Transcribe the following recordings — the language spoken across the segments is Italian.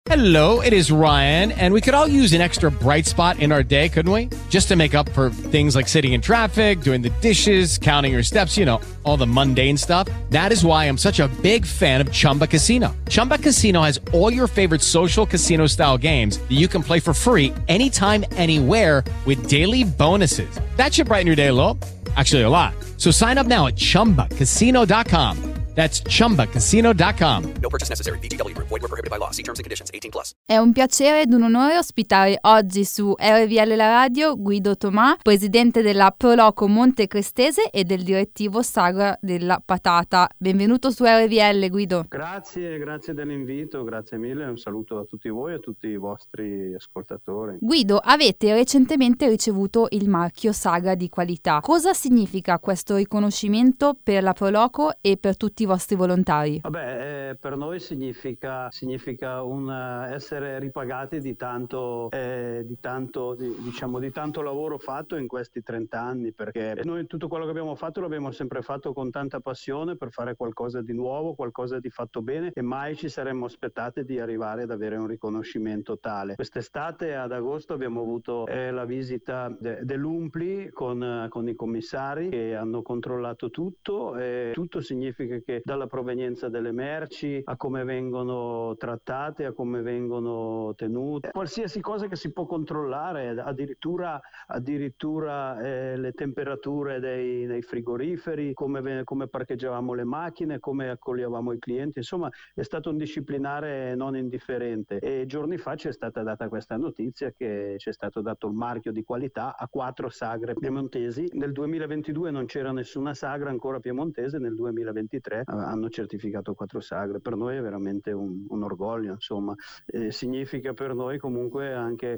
Hello, it is Ryan, and we could all use an extra bright spot in our day, couldn't we? Just to make up for things like sitting in traffic, doing the dishes, counting your steps, you know, all the mundane stuff. That is why I'm such a big fan of Chumba Casino. Chumba Casino has all your favorite social casino-style games that you can play for free anytime, anywhere with daily bonuses. That should brighten your day a little. Actually, a lot. So sign up now at ChumbaCasino.com. That's ChumbaCasino.com. No purchase necessary. VGW Group. Void where prohibited by law. See terms and conditions. 18+. È un piacere ed un onore ospitare oggi su RVL La Radio Guido Tomà, presidente della Proloco Monte Crestese e del direttivo Sagra della Patata. Benvenuto su RVL, Guido. Grazie dell'invito, grazie mille. Un saluto a tutti voi e a tutti i vostri ascoltatori. Guido, avete recentemente ricevuto il marchio Sagra di qualità. Cosa significa questo riconoscimento per la Proloco e per tutti i vostri volontari? Per noi significa essere ripagati di tanto lavoro fatto in questi 30 anni, perché noi tutto quello che abbiamo fatto l'abbiamo sempre fatto con tanta passione per fare qualcosa di nuovo, qualcosa di fatto bene, e mai ci saremmo aspettati di arrivare ad avere un riconoscimento tale. Quest'estate ad agosto abbiamo avuto la visita dell'Umpli con i commissari che hanno controllato tutto, e tutto significa che dalla provenienza delle merci a come vengono trattate, a come vengono tenute, qualsiasi cosa che si può controllare, addirittura le temperature nei frigoriferi, come parcheggiavamo le macchine, come accoglievamo i clienti, insomma è stato un disciplinare non indifferente. E giorni fa ci è stata data questa notizia che ci è stato dato il marchio di qualità a 4 sagre piemontesi. Nel 2022 non c'era nessuna sagra ancora piemontese, nel 2023 hanno certificato 4 sagre. Per noi è veramente un orgoglio, insomma. Significa per noi comunque anche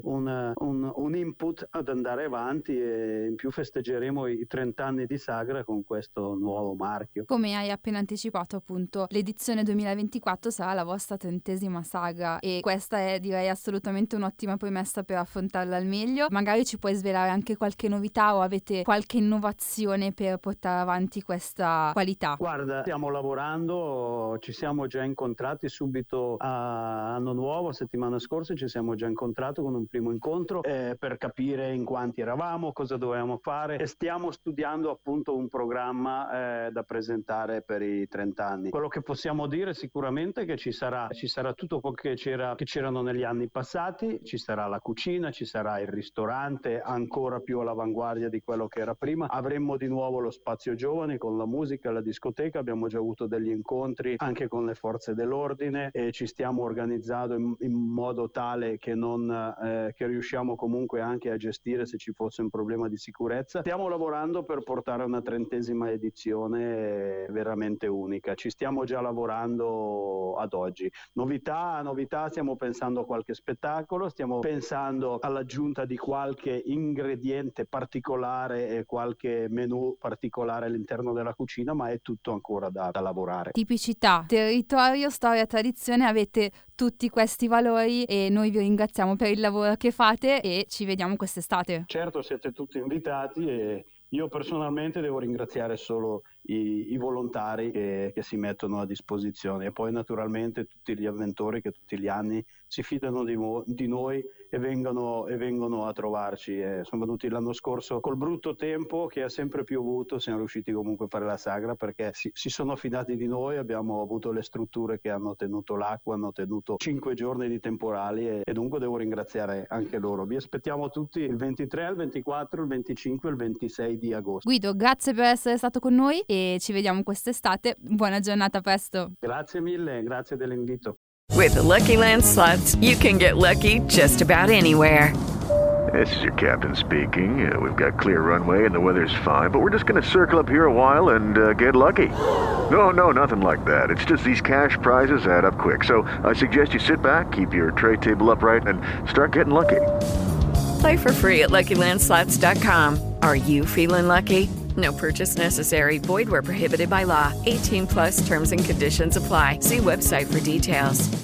un input ad andare avanti, e in più festeggeremo i 30 anni di sagra con questo nuovo marchio. Come hai appena anticipato, appunto, l'edizione 2024 sarà la vostra 30ª sagra, e questa è, direi, assolutamente un'ottima premessa per affrontarla al meglio. Magari ci puoi svelare anche qualche novità o avete qualche innovazione per portare avanti questa qualità? Guarda, stiamo lavorando, ci siamo già incontrati subito a Anno Nuovo, settimana scorsa ci siamo già incontrati con un primo incontro per capire in quanti eravamo, cosa dovevamo fare, e stiamo studiando appunto un programma da presentare per i 30 anni. Quello che possiamo dire sicuramente è che ci sarà tutto quello che c'erano negli anni passati, ci sarà la cucina, ci sarà il ristorante ancora più all'avanguardia di quello che era prima, avremmo di nuovo lo spazio giovani con la musica, la discoteca, abbiamo già avuto degli incontri anche con le forze dell'ordine e ci stiamo organizzando in modo tale che che riusciamo comunque anche a gestire se ci fosse un problema di sicurezza. Stiamo lavorando per portare una 30ª edizione veramente unica, ci stiamo già lavorando ad oggi. Novità, stiamo pensando a qualche spettacolo, stiamo pensando all'aggiunta di qualche ingrediente particolare e qualche menù particolare all'interno della cucina, ma è tutto ancora da lavorare. Tipicità, territorio, storia, tradizione, avete tutti questi valori e noi vi ringraziamo per il lavoro che fate e ci vediamo quest'estate. Certo, siete tutti invitati e io personalmente devo ringraziare solo i volontari che si mettono a disposizione, e poi naturalmente tutti gli avventori che tutti gli anni si fidano di noi e vengono a trovarci. Sono venuti l'anno scorso col brutto tempo che ha sempre piovuto, siamo riusciti comunque a fare la sagra perché si sono fidati di noi, abbiamo avuto le strutture che hanno tenuto l'acqua, hanno tenuto 5 giorni di temporali e dunque devo ringraziare anche loro. Vi aspettiamo tutti il 23, il 24, il 25 e il 26 di agosto. Guido, grazie per essere stato con noi e ci vediamo quest'estate. Buona giornata, a presto. Grazie mille, grazie dell'invito. With the Lucky Land Slots, you can get lucky just about anywhere. This is your captain speaking. We've got clear runway and the weather's fine, but we're just going to circle up here a while and get lucky. No, nothing like that. It's just these cash prizes add up quick. So I suggest you sit back, keep your tray table upright, and start getting lucky. Play for free at LuckyLandSlots.com. Are you feeling lucky? No purchase necessary. Void where prohibited by law. 18+ terms and conditions apply. See website for details.